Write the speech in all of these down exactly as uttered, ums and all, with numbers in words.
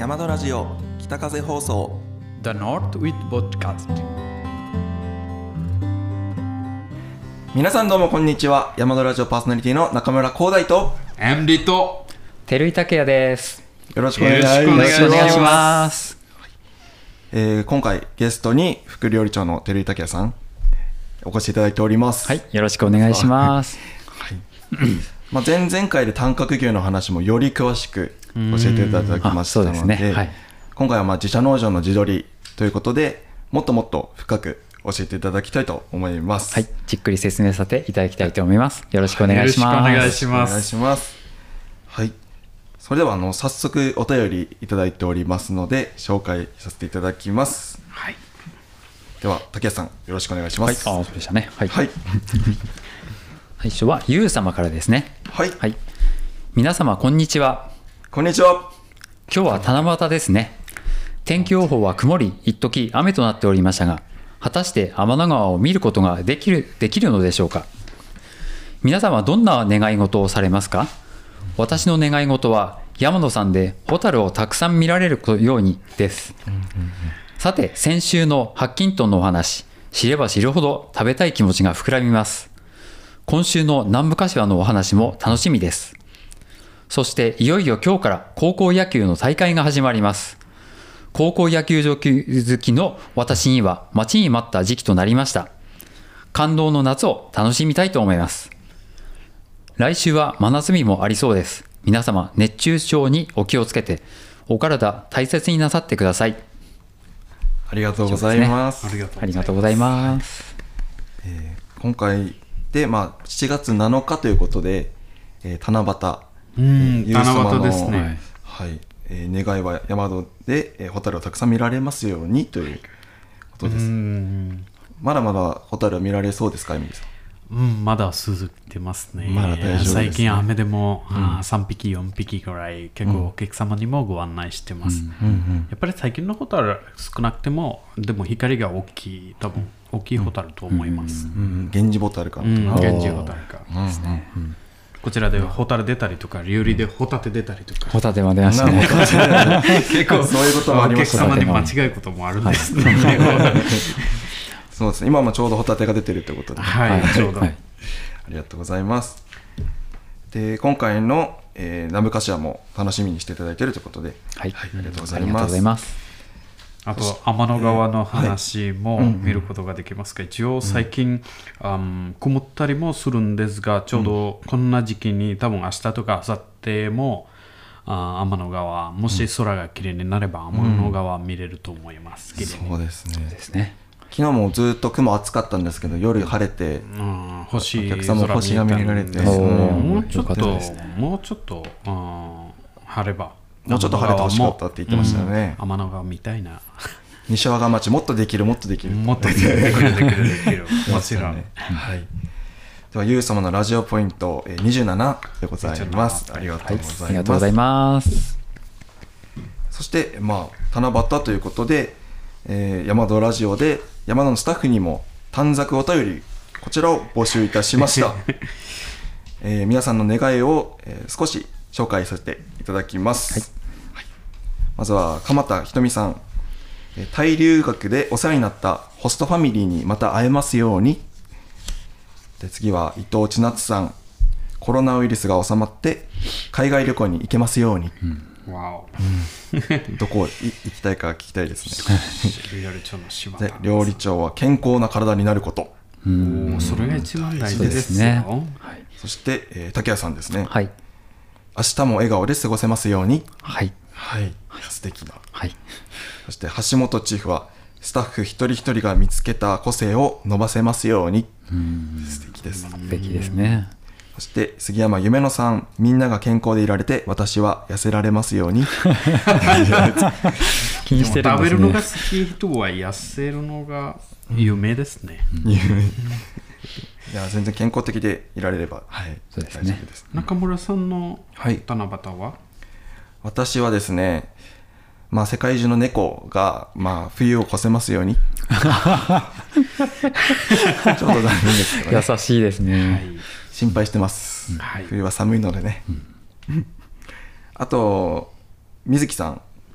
山戸ラジオ北風放送 The North with Podcast。 皆さんどうもこんにちは。山戸ラジオパーソナリティの中村光大とエムディと照井拓也です。 よろしくお願いします。 よろしくお願いします。 えー、今回ゲストに副料理長の照井拓也さんお越しいただいております。 はい、よろしくお願いします。 はいまあ、前々回で短角牛の話もより詳しく教えていただきましたの で, そうですね、はい、 今回はまあ自社農場の地鶏ということでもっともっと深く教えていただきたいと思います。 はい、じっくり説明させていただきたいと思います。よろしくお願いします。 よろしくお願いします。 お願いします。はい、それではあの早速お便りいただいておりますので紹介させていただきます。 はい、 では竹谷さんよろしくお願いします。 はい、あ、そうでしたね。はい、 はい、 最初はゆう様からですね。 はい、 はい、皆様こんにちは。 こんにちは。 今日は七夕ですね。天気予報は曇り一時雨となっておりましたが、果たして天の川を見ることができる、できるのでしょうか。皆様はどんな願い事をされますか。私の願い事は山野さんでホタルをたくさん見られるようにです。さて先週の白金豚のお話、知れば知るほど食べたい気持ちが膨らみます。今週の南部柏のお話も楽しみです。そしていよいよ今日から高校野球の大会が始まります。高校野球好きの私には待ちに待った時期となりました。感動の夏を楽しみたいと思います。来週は真夏日もありそうです。皆様熱中症にお気をつけてお体大切になさってください。 ありがとうございます。 ありありがとうございます。 えー、今回で、まあ、しちがつなのかということで、えー、七夕、 うん、 えー、 七夕ですね。 はい、えー、願いは山戸で、えー、ホタルをたくさん見られますようにということです。うん、まだまだホタルは見られそうですか、エミリーさん。 うん、まだ続いてますね。 まだ大丈夫ですね。 最近雨でも、うん、さんびきよんびきぐらい結構お客様にもご案内してます、うんうんうん、やっぱり最近のホタル少なくてもでも光が大きい、多分大きいホタルと思います、うんうんうん、源氏ホタルか、うん、 源氏ホタルかですね、うんうん、こちらでホタル出たりとかリュウリでホタテ出たりとか、 ホタテも出ましたね結構そういうこともありました。お客様に間違えることもあるんですね、はいそうですね、今もちょうどホタテが出てるということで、 はい、ちょうど、はい、 ありがとうございます。で今回の、えー、南部柏も楽しみにしていただいているということで、 はいはい、 ありがとうございます。 ありがとうございます。 あと天の川の話も見ることができますが、一応最近、うん、曇ったりもするんですが、ちょうどこんな時期に多分明日とか明後日もあ天の川、もし空がきれいになれば天の川見れると思います、 うん、そうですね。 ですね。 昨日もずっと雲暑かったんですけど、夜晴れて、うん、 星お客さんも星が見られて、 うん、もうちょっと、ね、もうちょっと、うん、晴ればもうちょっと晴れてほしかったって言ってましたよね。 うん、天の川みたいな西和賀町もっとできるもっとできるもっとできるできるできるできるもちろん、ね、 はい。ではゆう様のラジオポイントにじゅうななでございます。ありがとうございます、 はい、ありがとうございます。 そしてまあ七夕ということで、えー、山戸ラジオで山戸のスタッフにも短冊お便りこちらを募集いたしました、えー、皆さんの願いを、えー、少し紹介させていただきます、はいはい、まずは鎌田ひとみさん、タイ留学でお世話になったホストファミリーにまた会えますように。で次は伊藤千夏さん、コロナウイルスが収まって海外旅行に行けますように、うん、わお、うん、どこ行きたいか聞きたいですね料理長の柴田で料理長は健康な体になること、 うん、それが一番大事ですよ、 ね。 はい、そして、えー、竹谷さんですね、 はい、 明日も笑顔で過ごせますように。 はい、 はい、素敵な、 はい、 そして橋本チーフはスタッフ一人一人が見つけた個性を伸ばせますように。うん、素敵です。 素敵ですね。 そして杉山夢乃さん、みんなが健康でいられて私は痩せられますように気にしてるんですね。 食べるのが好き人は痩せるのが有名ですね、うん、 いや全然健康的でいられれば、はい、 そうですね、大丈夫です。 中村さんの七夕は、はい、 私はですね、まあ、世界中の猫が、まあ、冬を越せますようにちょっと残念ですけどね。 優しいですね、はい、 心配してます、はい、冬は寒いのでね、うん、あと水木さん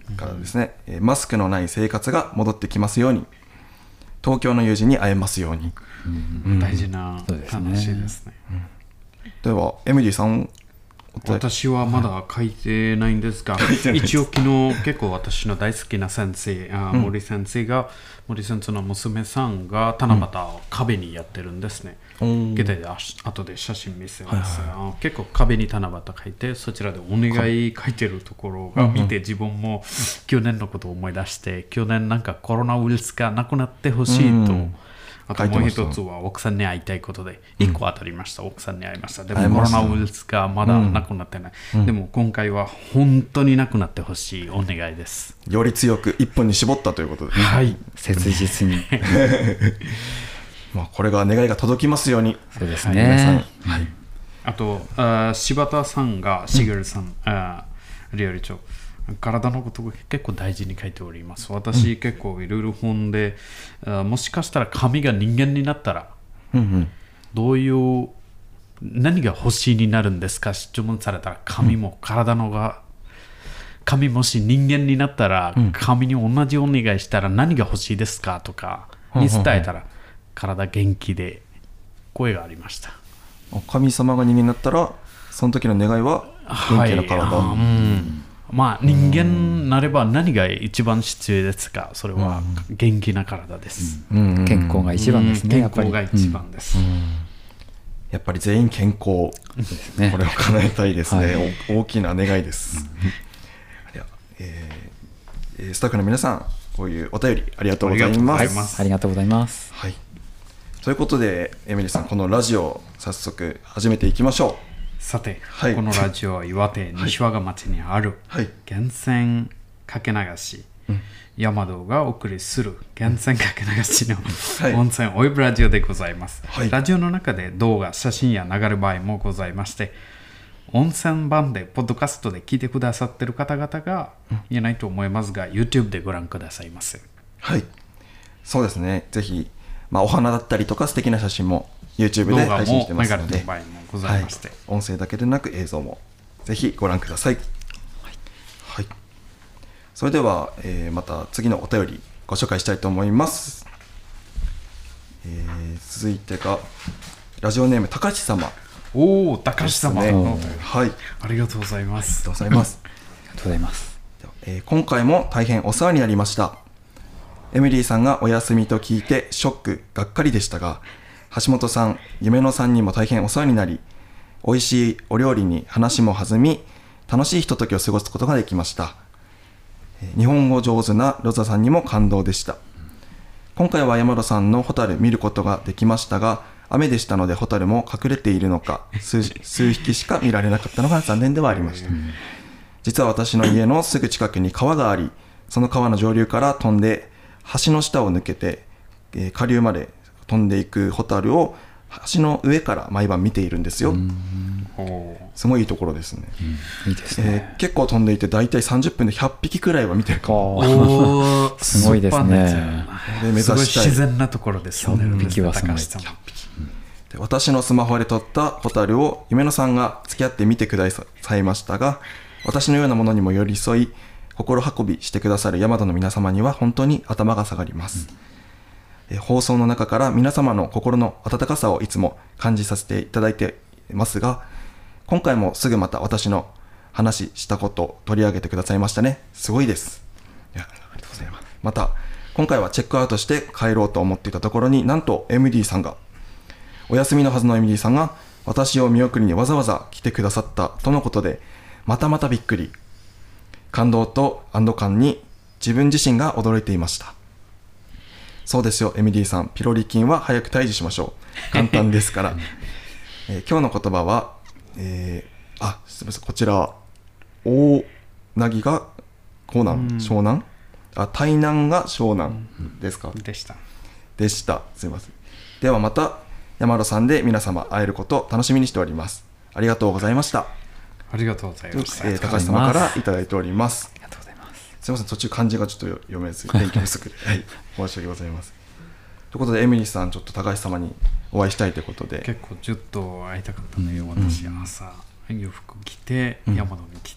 からですね、えーマスクのない生活が戻ってきますように、東京の友人に会えますように。 うん大事なそうですね話ですね。 ではエミリーさん、 私はまだ書いてないんですが、一応昨日結構私の大好きな先生、あうん森先生が、森先生の娘さんが七夕を壁にやってるんですね。 うん携帯であ後で写真見せます、あ結構壁に七夕書いて、そちらでお願い書いてるところが見て、自分も去年のことを思い出して、去年なんかコロナウイルスがなくなってほしいと、 うんあともう一つは奥さんに会いたいことで、一個当たりました、奥さんに会いました。でもコロ会えましたナウイルスがまだなくなってない。 うんでも今回は本当になくなってほしいお願いです。 より強く一本に絞ったということですね。 はい。 切実に。 まあこれが願いが届きますように。 そうです皆さん、 ね。 はい、 あと、あ柴田さんが、しげるさん、あ料理長、体のことを結構大事に書いております。私、結構いろいろ本で、あもしかしたら髪が人間になったら、 うんうんどういう何が欲しいになるんですか質問されたら、髪も体のが、髪もし人間になったら、 うん髪に同じお願いしたら何が欲しいですかとかに伝えたら、体元気で声がありました。 神様が人間になったらその時の願いは元気な体、 はいあーうんまあ人間になれば何が一番必要ですか、それは元気な体です。 うんうん健康が一番ですね、 うんやっぱり。 健康が一番です。 やっぱり全員健康、 ですねこれを叶えたいですね、 はいお大きな願いです、いやえーえースタッフの皆さん、こういうお便りありがとうございありがとうごますざいますありがとうございます。 はい、ということでエミリーさん、このラジオ早速始めていきましょさて、 はいこのラジオは岩手西和賀町にあるはい源泉かけ流し、 うん山戸がお送りする源泉かけ流しのはい温泉オイブラジオでございます、 はいラジオの中で動画、写真や流れる場合もございまして、温泉版でポッドキャストで聞いてくださっている方々がいないと思いますが、YouTube でご覧くださいませ。 う。はい、そうですね、ぜひ、まあ、お花だったりとか素敵な写真も YouTube で動画配信しても流れますので、 ている場合もございまして、 はい、音声だけでなく映像もぜひご覧ください。はい、はい、それでは、えーまた次のお便りご紹介したいと思います。えー続いてがラジオネーム高橋様おお、高橋様、 ですねのはい、ありありがとうございます。 がとうございます。 ありがとうございます。 ではえー今回も大変お世話になりました。エミリーさんがお休みと聞いてショックがっかりでしたが、橋本さん、夢野さんにも大変お世話になり、美味しいお料理に話も弾み、楽しいひとときを過ごすことができました。えー日本語上手なロザさんにも感動でした。今回は山田さんのホタル見ることができましたが、雨でしたのでホタルも隠れているのか数数匹しか見られなかったのが残念ではありました。実は私の家のすぐ近くに川があり、その川の上流から飛んで橋の下を抜けて、えー下流まで飛んでいくホタルを橋の上から毎晩見ているんですよ。 おーすごいいいところですね。 いいですえね。 ー結構飛んでいて、だいたいさんじゅっぷんでひゃっぴきくらいは見てるかも。 おーおーすごいですねスーパーですよで目指すごいしたい自然なところですね。 ひゃっぴきはすごい高橋さんで私のスマホで撮ったホタルを夢野さんが付き合って見てくださいましたが、私のようなものにも寄り添い心運びしてくださる大和の皆様には本当に頭が下がります、え放送の中から皆様の心の温かさをいつも感じさせていただいていますが、今回もすぐまた私の話したことを取り上げてくださいましたね。すごいです。いや、ありがとうございます。また今回はチェックアウトして帰ろうと思っていたところに、なんと エムディー さんが、お休みのはずのエミリーさんが私を見送りにわざわざ来てくださったとのことで、またまたびっくり、感動と安堵感に自分自身が驚いていました。そうですよエミリーさん、ピロリ菌は早く退治しましょう。簡単ですから、えー今日の言葉は、えーあすみません、こちらは大凪が江南、 うん湘南あ台南が湘南ですか、 でした。 でした。すみません。ではまた山田さんで皆様会えることを楽しみにしております。ありがとうございました。 ありがとうございました。 えー高橋様からいただいております。 ありがとうございます。 すみません、途中漢字がちょっと読めず勉強不足で、はい、申し訳ございません。ということでエミリーさん、ちょっと高橋様にお会いしたいということで、 結構ずっと会いたかったのよ、私、朝、洋服着て、 うん山野に来て、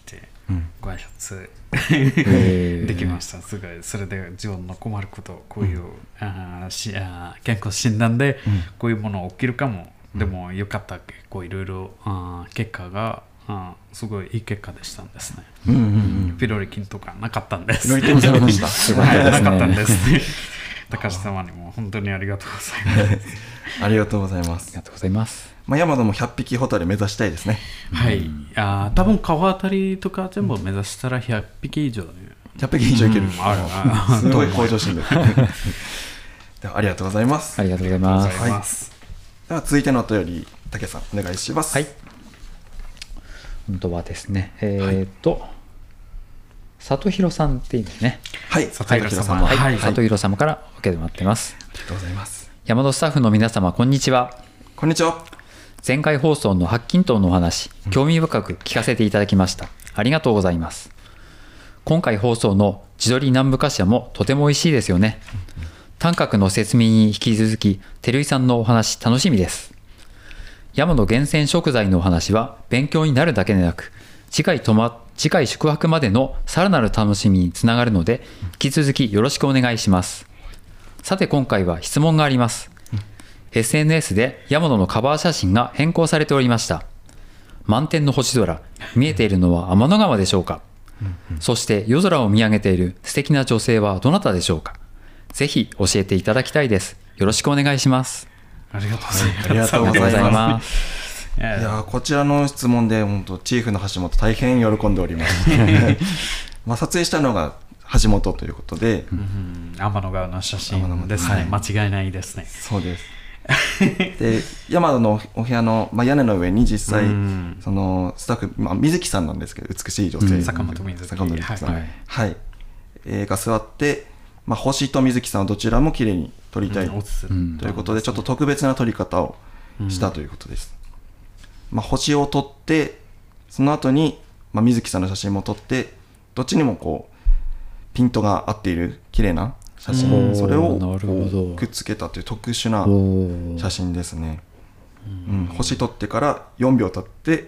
ご挨拶へーできました。すごい。それで自分の困ること、こういう、あーしあー健康診断でこういうもの起きるかも、でもよかった、結構いろいろあー結果があーすごいいい結果でしたんですね。 うんうんうん。 ピロリ菌とかなかったんです。 ピロリ菌ゼロでした。 すごかったですねなかったんですね。高橋様にも本当にありがとうございます。 ありがとうございまありす。 がとうございます。 まあ、山田もひゃっぴきホタル目指したいですね。 はい。あー多分川当たりとか全部目指したらひゃっぴき以上ね。 ひゃっぴき以上いける。 うんあるあるすごい向上心です。ではありがとうございます。 ありがとうございます。 ありがとうございます。 では続いてのお便り、竹さんお願いします。 はい。本当はですね、えーっと、里弘さんっていうんですね。 はい。 里弘様はい。 はい、 あり里弘様から受け止まってます。 がとうございます。 山戸スタッフの皆様、こんにちは。 こんにちは。 前回放送の白金島のお話、興味深く聞かせていただきました。ありがとうございます。今回放送の地鶏南部柏もとても美味しいですよね。短角の説明に引き続き、照井さんのお話楽しみです。山の厳選食材のお話は勉強になるだけでなく、次回泊ま次回宿泊までのさらなる楽しみにつながるので、引き続きよろしくお願いします。さて今回は質問があります。エスエヌエス で山野のカバー写真が変更されておりました。満天の星空、見えているのは天の川でしょうか。そして夜空を見上げている素敵な女性はどなたでしょうか。ぜひ教えていただきたいです。よろしくお願いします。 ありがとうございます。 ありがとうございますす。 いやいやーこちらの質問で本当チーフの橋本大変喜んでおります。まあ撮影したのが橋本ということで、 うん天の川の写天の川真ですね。 はい間違いないですね。 そうです。で山田のお部屋の、まあ、屋根の上に実際、 うんそのスタッフ、まあ、水木さんなんですけど美しい女性、 うん坂本水木坂本水木さん、 ははいいはいえーが座って、まあ、星と水木さんはどちらも綺麗に撮りたい、 うん写るうんということでちょっと特別な撮り方をしたということです、まあ、星を撮ってその後に、まあ、水木さんの写真も撮ってどっちにもこうピントが合っている綺麗な写お真ーそれをなるほどこうくっつけたという特殊なお写真ですね、うん星撮ってからよんびょう経って、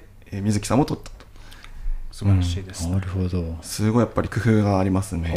えー水木さんも撮ったと素晴らしいです。 なるほど。 すごいやっぱり工夫がありますね、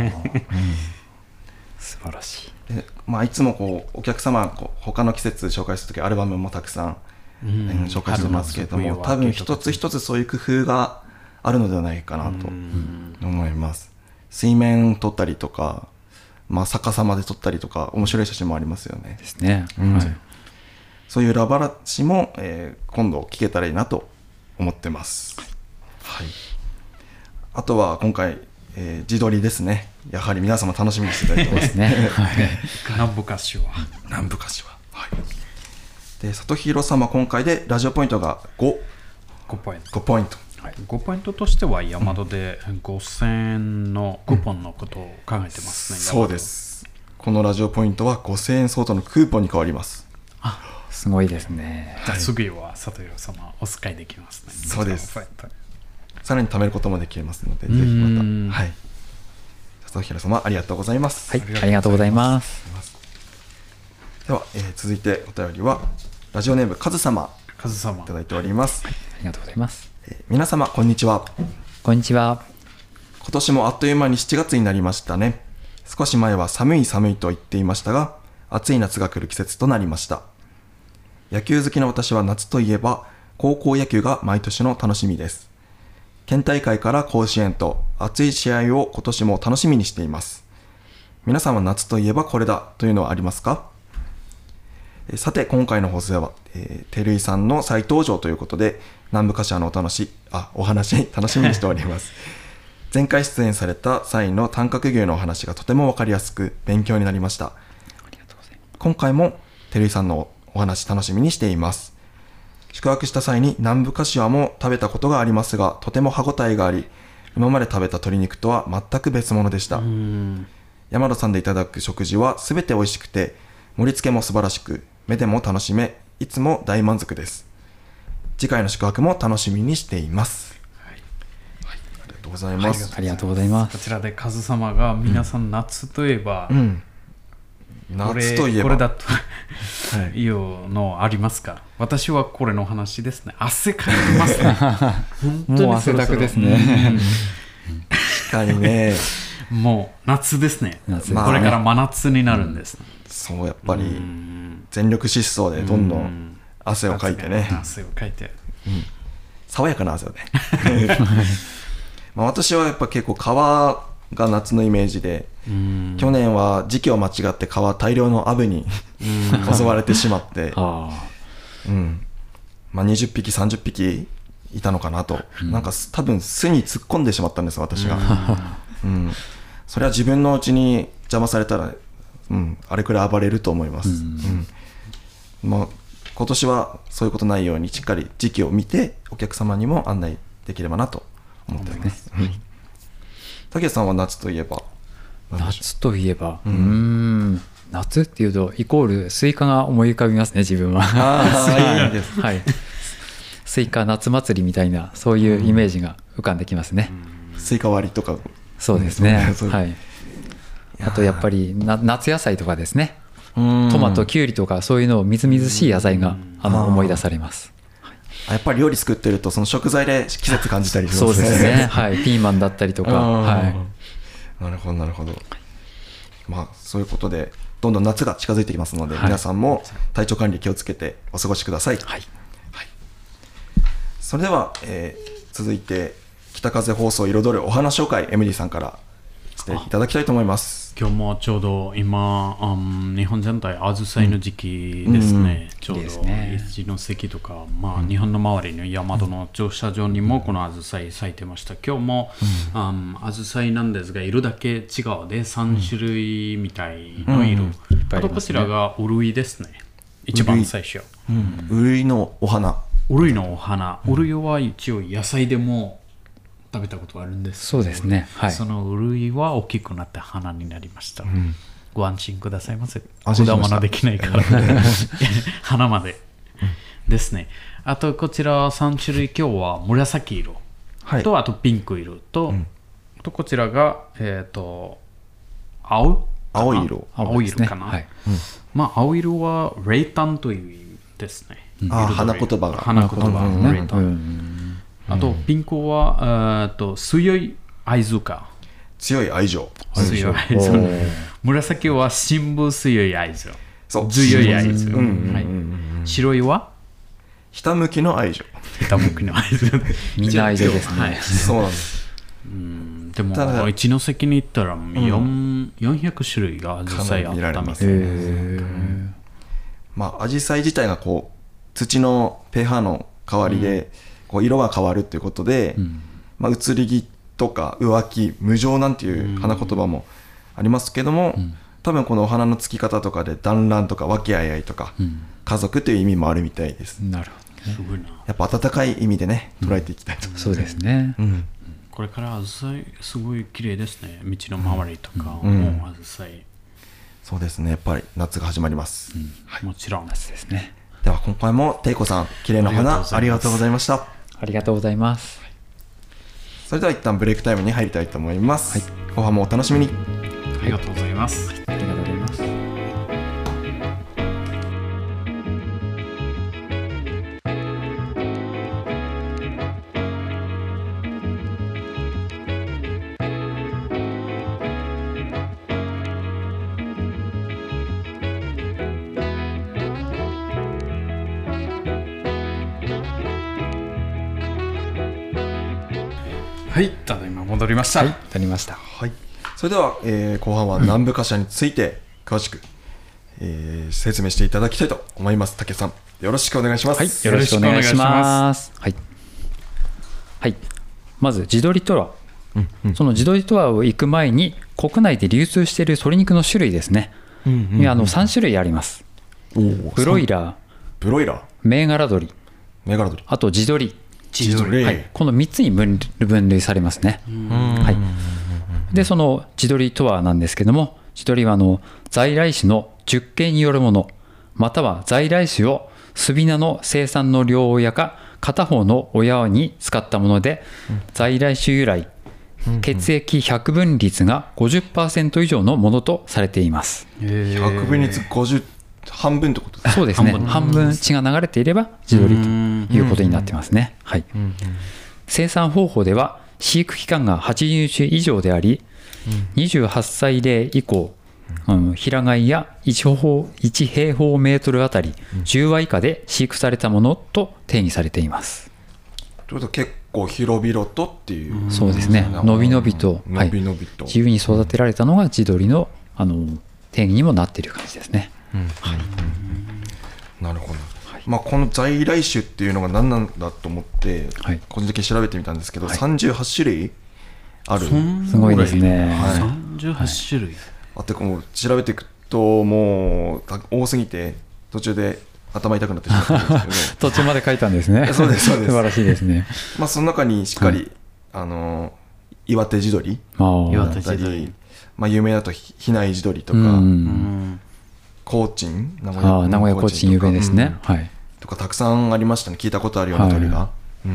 素晴らしい。 でまあ、いつもこうお客様こう他の季節紹介するときアルバムもたくさん、 うんえー紹介してますけれども、多分一つ一つそういう工夫があるのではないかなと思います。水面撮ったりとか、まあ、逆さまで撮ったりとか面白い写真もありますよね。 ですね。 うんはい。 そういう裏話も、えー今度聞けたらいいなと思ってます。はい。あとは今回、えー自撮りですね。やはり皆様楽しみにしていただいてま。 ですすね。はい。 南部柏。 南部柏。はい。で、里弘様今回でラジオポイントがご、 ごポイント。 ごポイント。 はい、ごポイントとしては山戸でごせんえんのクーポンのことを考えてますね。 そうです。このラジオポイントはごせんえん相当のクーポンに変わります。 すごいですね。 じゃあ次は里弘様お使いできますね。 そうですこちらのポインさらに貯めることもできますので、ぜうひんまた。はい。里弘様ありがとうございます。 はい。ありがとうございます。 では、えー続いてお便りはラジオネームカズ様トカズ様いただいております、 ありがとうございます。 えー皆様こんにちは。 こんにちは。 今年もあっという間にしちがつになりましたね。少し前は寒い寒いと言っていましたが、暑い夏が来る季節となりました。野球好きの私は夏といえば高校野球が毎年の楽しみです。県大会から甲子園と熱い試合を今年も楽しみにしています。皆さんは夏といえばこれだというのはありますか？えーさて今回の放送では、えー、照井さんの再登場ということで南部柏のお楽しあお話楽しみにしております。前回出演された際の短角牛のお話がとても分かりやすく勉強になりました。 ありがとうございます。 今回も照井さんのお話楽しみにしています。宿泊した際に南部柏も食べたことがありますが、とても歯ごたえがあり、今まで食べた鶏肉とは全く別物でした。 うん山田さんでいただく食事はすべて美味しくて、盛り付けも素晴らしく、目でも楽しめ、いつも大満足です。次回の宿泊も楽しみにしています。 はいありがとうございます。 ありがとうございます。 こちらでカズ様が皆さん夏といえば、 うん。 夏といえばこれこれだとはいいうのありますか？私はこれの話ですね。汗かいてますね。本当にもう汗だくですね。 確かにねもう夏ですね。 夏まあこれから真夏になるんです。 そうやっぱりうん全力疾走でどんどうんん汗をかいてね汗をかいて。 爽やかな汗をねまあ私はやっぱ結構川が夏のイメージで、 うん去年は時期を間違って川大量のアブに襲われてしまって、 あうんまあ、にじゅっぴきさんじゅっぴきいたのかなと、なんかす多分巣に突っ込んでしまったんです私が、うんそれは自分のうちに邪魔されたら、うん、あれくらい暴れると思います、うんまあ、今年はそういうことないようにしっかり時期を見てお客様にも案内できればなと思っております。たけさんは夏といえばあ、 何でしょ夏といえば、うーん、夏っていうとイコールスイカが思い浮かびますね、自分は。 う。ああいいです。 はい。スイカ夏祭りみたいな、そういうイメージが浮かんできますね。 スイカ割りとか。 そうですね。 そうはい。あとやっぱりな夏野菜とかですね。 トトマト、キュウリとかそういうのをみずみずしい野菜があの思い出されます。 やっぱり料理作ってるとその食材で季節感じたりしそうますね。 ですね。はい。ピーマンだったりとか。はい。 なるほどなるほど。まあそういうことでどんどん夏が近づいてきますので、 はい皆さんも体調管理気をつけてお過ごしください。 はい。 それでは、えー続いて北風放送を彩るお花紹介エミリーさんからしていただきたいと思います。 今日もちょうど今、うん日本全体アジサイの時期ですね、ちょうどですね一ノ関とか、まあ、日本の周りの山戸の駐車場にもこのアジサイ咲いてました。今日も、うんアジサイなんですが色だけ違うでさん種類みたいの色、 うんあとこちらがウルイですね、一番最初。 ウルイのお花。 ウルイのお花、ウルイは一応野菜でも食べたことがあるんです。 そうですね。はい。 そのウルイは大きくなって花になりました。ご安心くださいませ。 安心しました果物できないから。花まで。ですね。あとこちらさん種類、今日は紫色はい。 と、あとピンク色と、あとこちらが、えっ、と、青青い色。 青色かな。 はい。 まあ、青色はレイタンという意味ですね。 あー彩り花言葉が花言葉、 うんうんレイタン。 うん。 あと、ピンクは、えー、と強い愛情か。 強い愛情。 強い愛情。紫は新聞強い愛情。 そう強い愛情。 うんうんうんはい白いはひたむきの愛情。 ひたむきの愛情。 みんな愛情ですねはいそうなんです。 うんでもただ、 一ノ関に行ったらよんよんひゃく種類が実際あかなり見られますったみたい。 へーまあ、アジサイ自体がこう土の pH の代わりで、こう色が変わるっていうことで、まあ、移り気とか浮気無情なんていう花言葉もありますけども、多分このお花のつき方とかで団らんとか和気あいあいとか、家族という意味もあるみたいです。 なるほすごいな。 やっぱ温かい意味でね捉えていきたいと、 ど。そうですね。 うんこれからアジサイすごい綺麗ですね。道の周りとか、 うんもうアジサイ。 そうですね、やっぱり夏が始まります、 もちろん。 夏ですね。 では今回もテイコさん綺麗な花ありがとうございました。 ありがとうございます。 それでは一旦ブレイクタイムに入りたいと思います、後半もお楽しみに。 ありがとうございます。 ありがとうございます。 はい、ただいま戻りました。 はい、なりました。 はい、それでは、えー後半は南部貨車について詳しく、えー説明していただきたいと思います。竹さんよろしくお願いします。 はい、よろしくお願いします。はい。はい。まず地鶏とは、その地鶏とはを行く前に国内で流通している鶏肉の種類ですね。いやあのさん種類あります。 おーブロイラー、 ブロイラー、 銘柄鶏、 メガラドリ、 あと地鶏。 チーズレイ、 はい、このみっつに分分類されますね。はい、でその地鶏とはなんですけども、地鶏はあの在来種の熟系によるもの、または在来種をスビナの生産の両親か片方の親に使ったもので、在来種由来血液百分率が ごじゅっパーセント 以上のものとされています。 百分率ごじゅう、半分ってことですか？ そうですね。半分血が流れていれば地鶏ということになってますね。はい。生産方法では飼育期間がはちじゅうにち以上であり、にじゅうはっさいれい以降、うん、平飼いやいち平方メートルあたりじゅうわ以下で飼育されたものと定義されています。 ということは結構広々とっていう、 そうですね。のびのびと、 のびのびと、 はい、自由に育てられたのが地鶏の、あの定義にもなっている感じですね。 はい、なるほど。はい、まあ、この在来種っていうのが何なんだと思って、はい、個人的に調べてみたんですけど、はい、さんじゅうはちしゅるいある。 すごいですね。 はい、さんじゅうはちしゅるい。 あってこう調べていくともう多すぎて途中で頭痛くなってしまったんですけど、 途中まで書いたんですね。 そうですそうです。 素晴らしいですね。 まあその中にしっかり、はい、あの岩手地鶏岩手地鶏、 まあ有名だと比内地鶏とか、高知名古屋名古屋高知有名ですね。はい。 とかたくさんありましたね。聞いたことあるような鳥が。はい、うん、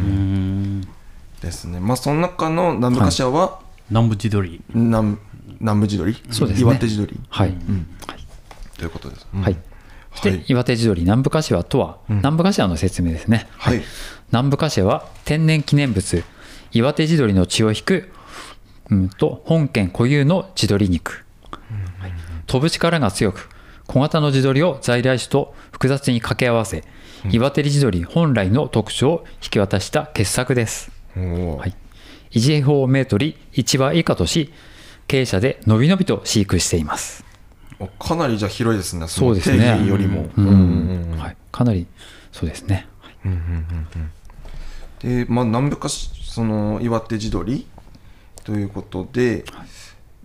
ですね。まあその中の南部柏は、はい、 南部地鶏。 南南部地鶏、 そうですね、 岩手地鶏、 はい、 うんはい、ということです。うん、 はい。そして、はい、岩手地鶏南部柏とは、うん、南部柏の説明ですね。はい。南部柏は天然記念物岩手地鶏の血を引く、うんと本県固有の地鶏肉、うんはい、飛ぶ力が強く小型の地鶏を在来種と複雑に掛け合わせ、うん、岩手地鶏本来の特徴を引き渡した傑作です。はい。いち平方メートルいちわ以下とし鶏舎でのびのびと飼育しています。 かなりじゃ広いですね。 そうですね。 定義よりも、うんうんうん、 はい、かなりそうですね。はい、うんうんうん、で、まあ南部かその岩手地鶏ということで、はい、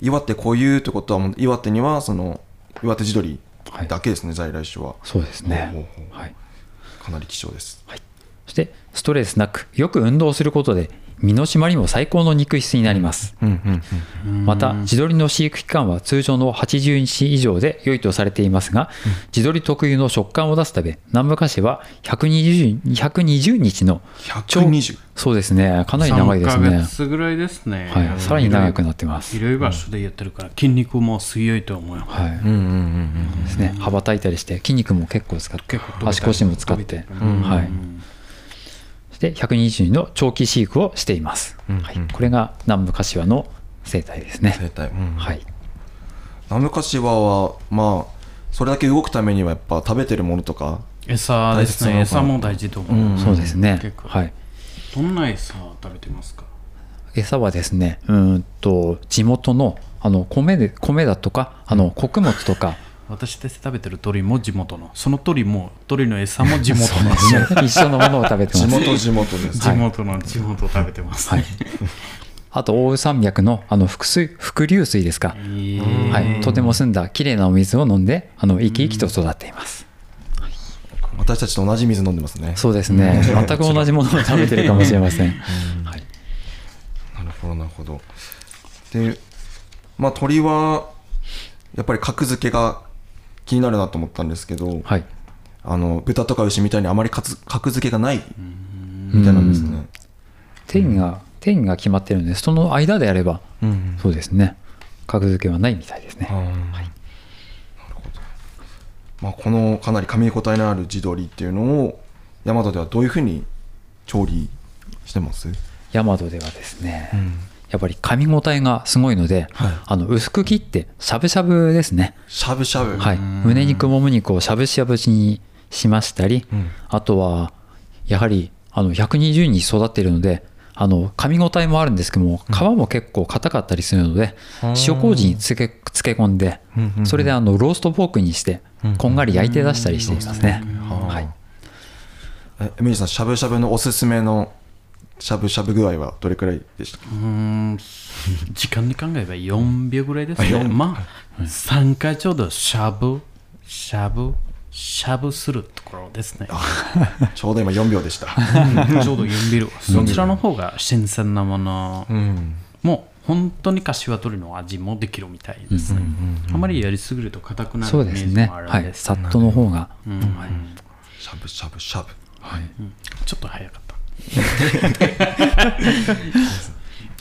岩手固有ということはもう岩手にはその岩手地鶏だけですね、はい、在来種は。 そうですね。 ほうほうほう、はい、かなり希少です。 はい、そしてストレスなくよく運動することで身の締まりも最高の肉質になります。また地鶏の飼育期間は通常のはちじゅうにち以上で良いとされていますが、うん、地鶏特有の食感を出すため南部柏はひゃくにじゅう、ひゃくにじゅうにちのひゃくにじゅうそうですね、かなり長いですね。 さんかげつぐらいですね。 はい、さらに長くなってます。 広い場所でやってるから筋肉も強いと思う。はい。うんうんうんうんですね。羽ばたいたりして筋肉も結構使って、足腰も使って、はい。でひゃくにじゅうの長期飼育をしています。うんうんはい、これが南部柏の生態ですね。 生態、うん、 はい。 南部柏はまあそれだけ動くためにはやっぱ食べてるものとか餌ですね。餌も大事と思う。 うんうん、そうですね。結構はい。 どんな餌を食べてますか？ 餌はですね、うんと地元のあの米で米だとかあの穀物とか。 私たち食べてる鳥も地元の、その鳥も鳥の餌も地元の一緒のものを食べてます。 地元地元です。 地元の地元を食べてます、ね。はい。 あと奥羽山脈のあの伏水伏流水ですか。はい。とても澄んだ綺麗なお水を飲んであの生き生きと育っています。 私たちと同じ水飲んでますね。 そうですね。全く同じものを食べてるかもしれません。はい。 なるほどなるほど。で、まあ鳥はやっぱり格付けが気になるなと思ったんですけど、はい、あの豚とか牛みたいにあまり格付けがないみたいなんですね。 定義が定義が決まってるのでその間であれば、うんうん、そうですね、格付けはないみたいですね。はい、なるほど。まあ、このかなり噛み応えのある地鶏っていうのを大和ではどういうふうに調理してます？ 大和ではですね、うん、やっぱり噛み応えがすごいので、はい、あの薄く切ってしゃぶしゃぶですね。 しゃぶしゃぶ、 はい、胸肉もも肉をしゃぶしゃぶにしましたり、うん、あとはやはりあのひゃくにじゅうにち育っているのであの噛み応えもあるんですけども皮も結構硬かったりするので、うん、塩麹につけ漬け込んで、うん、それであのローストポークにしてこんがり焼いて出したりしていますね。はい。 え、エミリーさん、しゃぶしゃぶのおすすめのしゃぶしゃぶ具合はどれくらいでしたか？うーん、 時間に考えればよんびょうぐらいですね。まあさんかいちょうどしゃぶしゃぶしゃぶするところですね。 ちょうど今よんびょうでした。 ちょうどよんびょう。そちらの方が新鮮なもの、うん、もう本当に柏鶏の味もできるみたいですね。うんうんうん、あまりやりすぎると硬くなるイメージもあるんです。そうですね。はい、 さっとの方が、うんはい、 しゃぶしゃぶしゃぶ、はい、 うん、ちょっと早かった。 え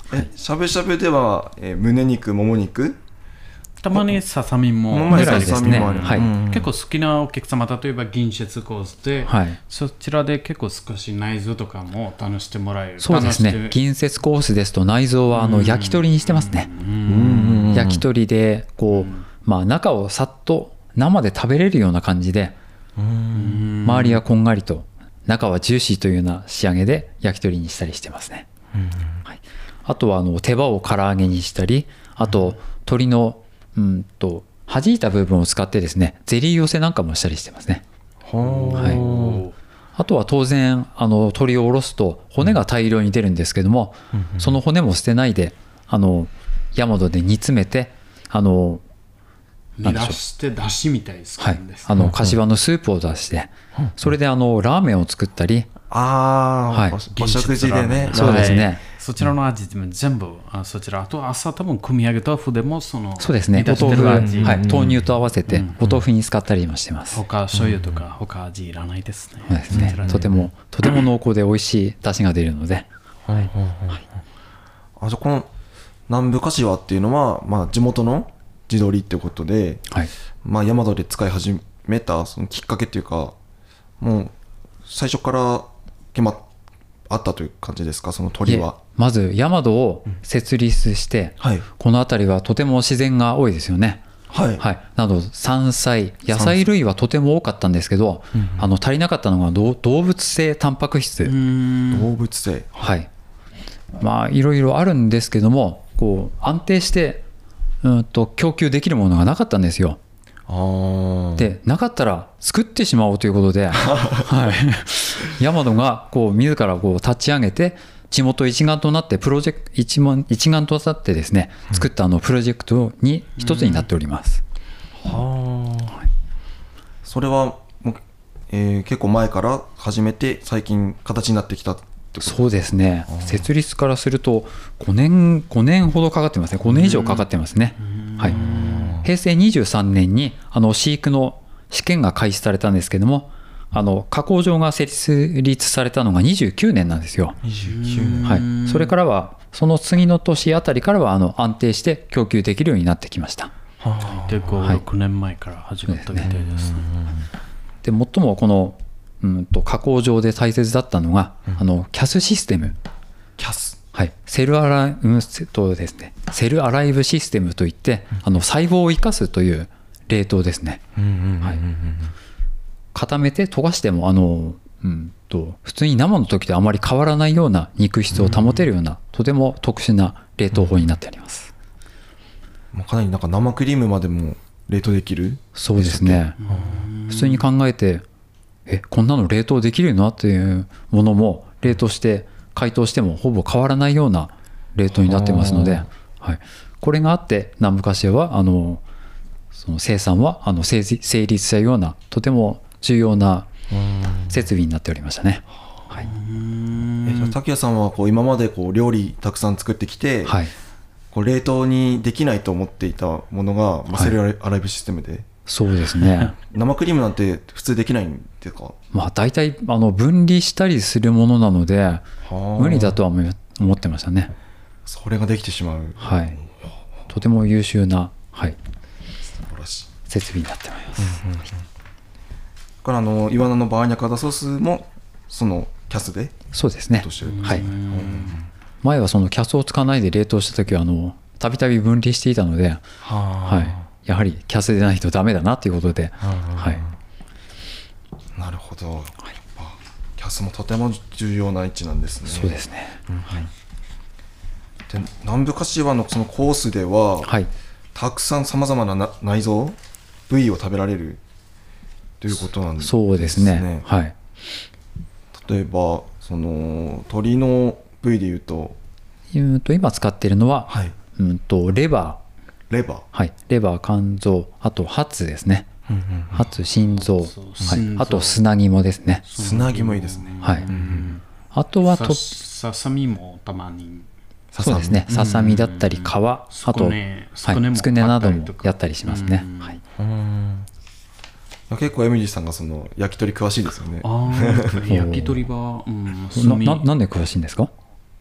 しゃぶしゃぶでは、えー、胸肉、もも肉、 たまにささみもももやぐらいですね。 ささみもある。 はいうん結構好きなお客様、例えば銀シャツコースで、 はい、 そちらで結構少し内臓とかも楽してもらえる。 そうですね。銀節コースですと内臓はあの焼き鳥にしてますね。焼き鳥でこう、まあ、中をさっと生で食べれるような感じで、周りはこんがりと中はジューシーというような仕上げで焼き鳥にしたりしてますね。はい、あとはあの手羽を唐揚げにしたり、あと鶏のうんと弾いた部分を使ってですね、ゼリー寄せなんかもしたりしてますね。はい、あとは当然あの鶏をおろすと骨が大量に出るんですけども、その骨も捨てないであのヤマドで煮詰めて、あの煮出してだしみたいですはいるんです、 あの柏のスープを出して、それであのラーメンを作ったり、 ああ、 はいおお食事でね。 そうですね、 はい、そちらの味も全部、あそちら、あと朝多分組み上げ豆腐でもそのそうですね、 煮出してお豆腐、 る味、 はい、豆乳と合わせてお豆腐に使ったりもしてます。 他醤油とか他味いらないですね。 そうですねそちら、でとてもとても濃厚で美味しい出汁が出るので、 はいはいはいあ、じゃあこの南部柏っていうのは、まあ、地元の地鶏ってことで、 はい、 まあ、大和で使い始めたそのきっかけっていうか、もう最初から決まっあったという感じですか、その鳥は。 まずヤマドを設立して、 はいこの辺りはとても自然が多いですよね。 はい、 はい、など山菜野菜類はとても多かったんですけど、あの足りなかったのが動動物性タンパク質、 動物性。 はいまあいろいろあるんですけども、こう安定してうんと供給できるものがなかったんですよ。 あでなかったら作ってしまおうということで、はい、ヤマドがこう自らこう立ち上げて地元一丸となってプロジェクト一丸一丸となってですね、作ったあのプロジェクトに一つになっております。 はあ、それはもう、えー結構前から始めて最近形になってきたってことですか？ そうですね、設立からするとごねんごねんほどかかってますね。ごねん以上かかってますね。はい、へいせいにじゅうさんねんにあの飼育の試験が開始されたんですけども、あの加工場が設立されたのがにじゅうきゅうねんなんですよ。 にじゅうきゅうねん。 はい、それからはその次の年あたりからはあの安定して供給できるようになってきました。 でご、 はいろくねんまえから始まったみたいですね。 で最もこのうんと加工場で大切だったのが、あのキャスシステム、 キャス。 はい、セルアライ、うんとですね、セルアライブシステムといって、あの細胞を生かすという冷凍ですね。はい、固めて溶かしてもあの、うん、と普通に生の時とあまり変わらないような肉質を保てるような、とても特殊な冷凍法になっております。 もうかなりなんか生クリームまでも冷凍できる。 そうですね。普通に考えて、えこんなの冷凍できるのっていうものも冷凍して解凍してもほぼ変わらないような冷凍になってますので、はい、これがあって南部柏はあのその生産はあの成成立したようなとても重要な設備になっておりましたね。はい、 えじゃあ竹谷さんはこう今までこう料理たくさん作ってきて、 はい、 こう冷凍にできないと思っていたものが、まあ、セルアライブシステムで、 そうですね。 生クリームなんて普通できないんですか？ まあ大体あの分離したりするものなのではあ無理だとは思い思ってましたね。 それができてしまう。 はい、とても優秀な、はい、 素晴らしい。 設備になっております。 だからあのイワナのバーニャカダソースもそのキャスでそうですね冷凍してる。 はい、前はそのキャスを使わないで冷凍した時はあのたびたび分離していたので、 はあはい、やはりキャスでないとダメだなということで、はい、 なるほど、やっぱキャスもとても重要な位置なんですね。 そうですね。 で南部柏のそのコースでは、 はい、 たくさんさまざまなな内臓部位を食べられるということなんですね。 そうですね。はい、 例えばその鶏の部位でいうと、 うんと今使っているのは、 はい、 うんとレバー、 レバー、 はい、レバー、肝臓、あとハツですね。ハツ、心臓、はい、あと砂肝ですね。 砂肝いいですね。 はい、あとはとささみもたまに。 そうですね。ささみだったり皮、あとつくねなどもやったりしますね。はい、 うん結構エミリーさんがその焼き鳥詳しいですよね。 あ焼き鳥は、うん、 な, な, なんで詳しいんですか？ あ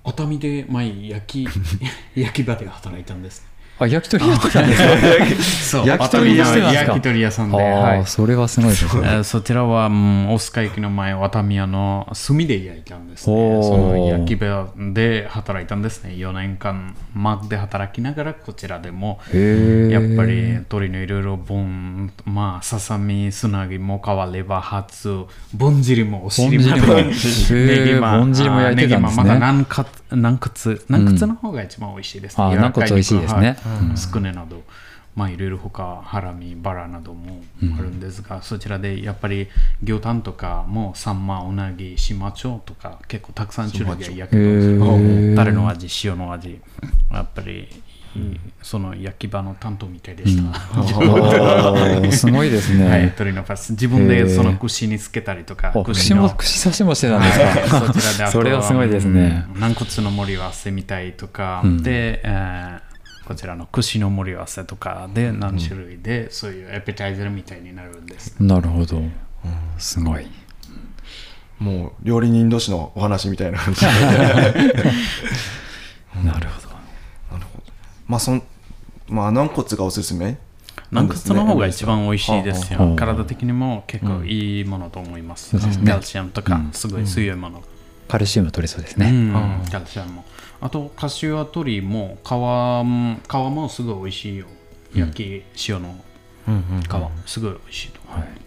熱海で前焼き焼き場で働いたんです。 あ、焼き鳥やってたんですか。 そう、 焼き鳥屋してたんですか。 焼き鳥屋さんで、 あはあ、 い、 それはすごいですね。 えーそちらは、うん、大須賀駅の前、渡宮の炭で焼いたんですね。 おーその焼き場で働いたんですね。よねんかんマックで働きながら、こちらでも、 へえ。 やっぱり鶏のいろいろ分、まあ、ささみ、砂肝、皮、レバー、ハツ、ぼん汁もお尻まで、 ぼん汁もネへーぼん汁も焼いてたんですねネギまだ軟骨、軟骨、軟骨の方が一番美味しいですね。 あー柔らか軟骨美味しいですね肉はいつくねなど、まあいろいろ他ハラミバラなどもあるんですが、そちらでやっぱり牛タンとかもサンマ、ウナギ、シマチョウとか結構たくさん種類が焼けます。 へータレの味、塩の味、やっぱりその焼き場の担当みたいでした。 おーすごいですね。 はい、鶏のパス自分でその串につけたりとか、 あ串も串刺しもしてたんですか。 そちらであとそれはすごいですね。 うん軟骨の盛り合わせみたいとか、 うんで、えーこちらの串の盛り合わせとかで何種類で、そういうエペタイザーみたいになるんです。 なるほど。すごい。 もう料理人同士のお話みたいな感じでなるほど。 なるほど。まあそんまあ軟骨がおすすめな軟んですね。 骨の方が一番美味しいですよ。 はあはあ体的にも結構いいものと思います。 そうですねカルシウムとかすごい強いもの。 カルシウム取れそうですね。 うんカルシウムも。あとカシュア鶏も皮も皮もすごい美味しいよ。焼き塩のうんうん。 皮すごい美味しいと思う。 はい。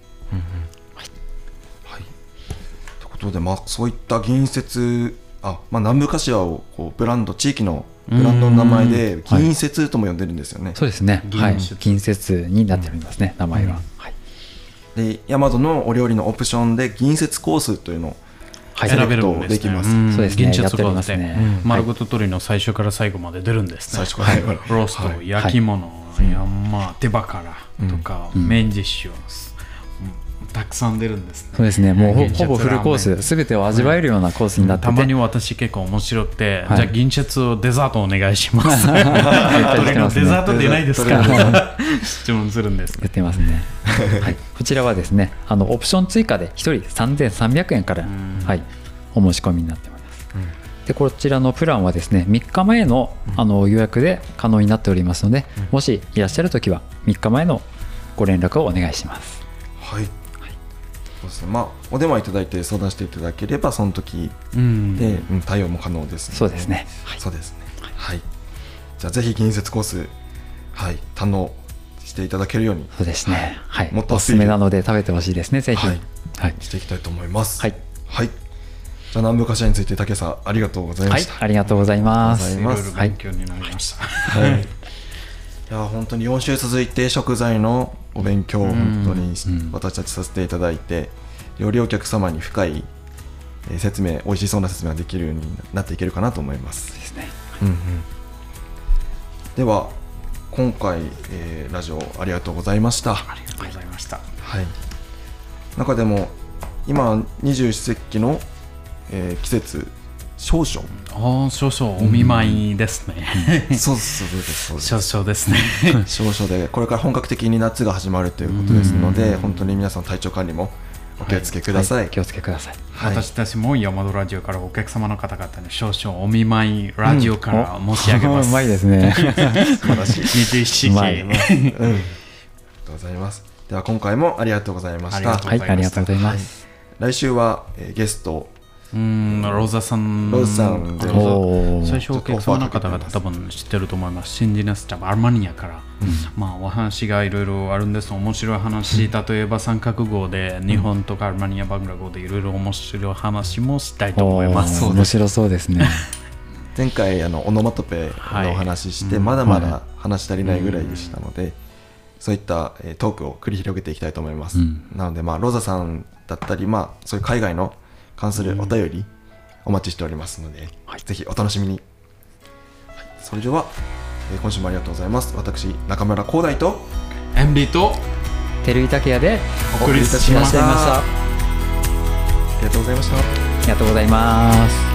はい。ということで、まあ、そういった銀節、あ、まあ、南部柏をこうブランド、地域のブランドの名前で銀節とも呼んでるんですよね。 そうですね。はい。 銀節銀節になっておりますね。名前は。はい。 で、大和のお料理のオプションで銀節コースというのをはい選べるんですね。 できますんそうですね銀節やっておりコースでますねうん丸ごと鶏の最初から最後まで出るんですね。 最初から最後までロースト、 はい焼き物、いやまあ手羽からとか、 うんメンジッシュ、うんたくさん出るんですね。 そうですね。もうほ銀シャツほぼフルコース、すべてを味わえるようなコースになってて。 たまに私結構面白くて、 はいじゃあ銀シャツをデザートお願いします。 言って鶏のますねデザート出ないですか鶏の質問するんですやってますね。はい。こちらはですね、あのオプション追加でひとりさんぜんさんびゃくえんから、 んはい、お申し込みになっております。でこちらのプランはですね、みっかまえのあの予約で可能になっておりますので、もしいらっしゃるときはみっかまえのご連絡をお願いします。 はい。そうですね。まあ、お電話いただいて相談していただければ、その時うんで、うん対応も可能ですので。 そうですね。 そうですね。はい。じゃあぜひ銀節コース、はい、堪能していただけるようにそうですね。はい。 もっとおすすめなので食べてほしいですね。ぜひ。 ははいい。 していきたいと思います。 はい。 はい。じゃあ南部柏について竹さんありがとうございまはいした。。 ありがとうございまあす。 りがとうございいろいろ勉強になりました。 はい。いや本当によん週続いて食材のお勉強を本当にしうん私たちさせていただいて、よりお客様に深いえー説明、美味しそうな説明ができるようになっていけるかなと思います。 ですね。 うんうん、では今回、えーラジオありがとうございました。 ありがとうございました。 はい。中でも今二十四節気の、えー季節少々 ああ、少々お見舞いですね。 そうそうですそうです少々ですね。 少々でこれから本格的に夏が始まるということですので、本当に皆さん体調管理もお気をつけください。 は気をつけください。 はい私たちも山戸ラジオからお客様の方々に少々お見舞いラジオから申し上げます。 うまいですね。 素晴らしい。 二十七期。 うまいうん、ありがとうございます。では今回もありがとうございました。 ありがとうはい、ありがとうございます。 来週は、えーゲストうん、ローザさん。 ローザさんでローザおー最初お客様の方々多分知ってると思います。シンジネスチャブアルマニアから、まあお話がいろいろあるんです。面白い話、例えば三角語で日本とかアルマニアバングラ語でいろいろ面白い話もしたいと思います。 おー面白そうですね。 前回あのオノマトペのお話しして、 はいまだまだ話し足りないぐらいでしたので、そういった、えートークを繰り広げていきたいと思います。 うんなので、まあ、ロザさんだったり、まあ、そういう海外の関するお便りお待ちしておりますので、ぜひお楽しみに。はい、それでは、えー今週もありがとうございます。私中村光大とエンビーと照井武也でお送りいたしましいらっしゃいました。 ありがとうございました。 ありがとうございます。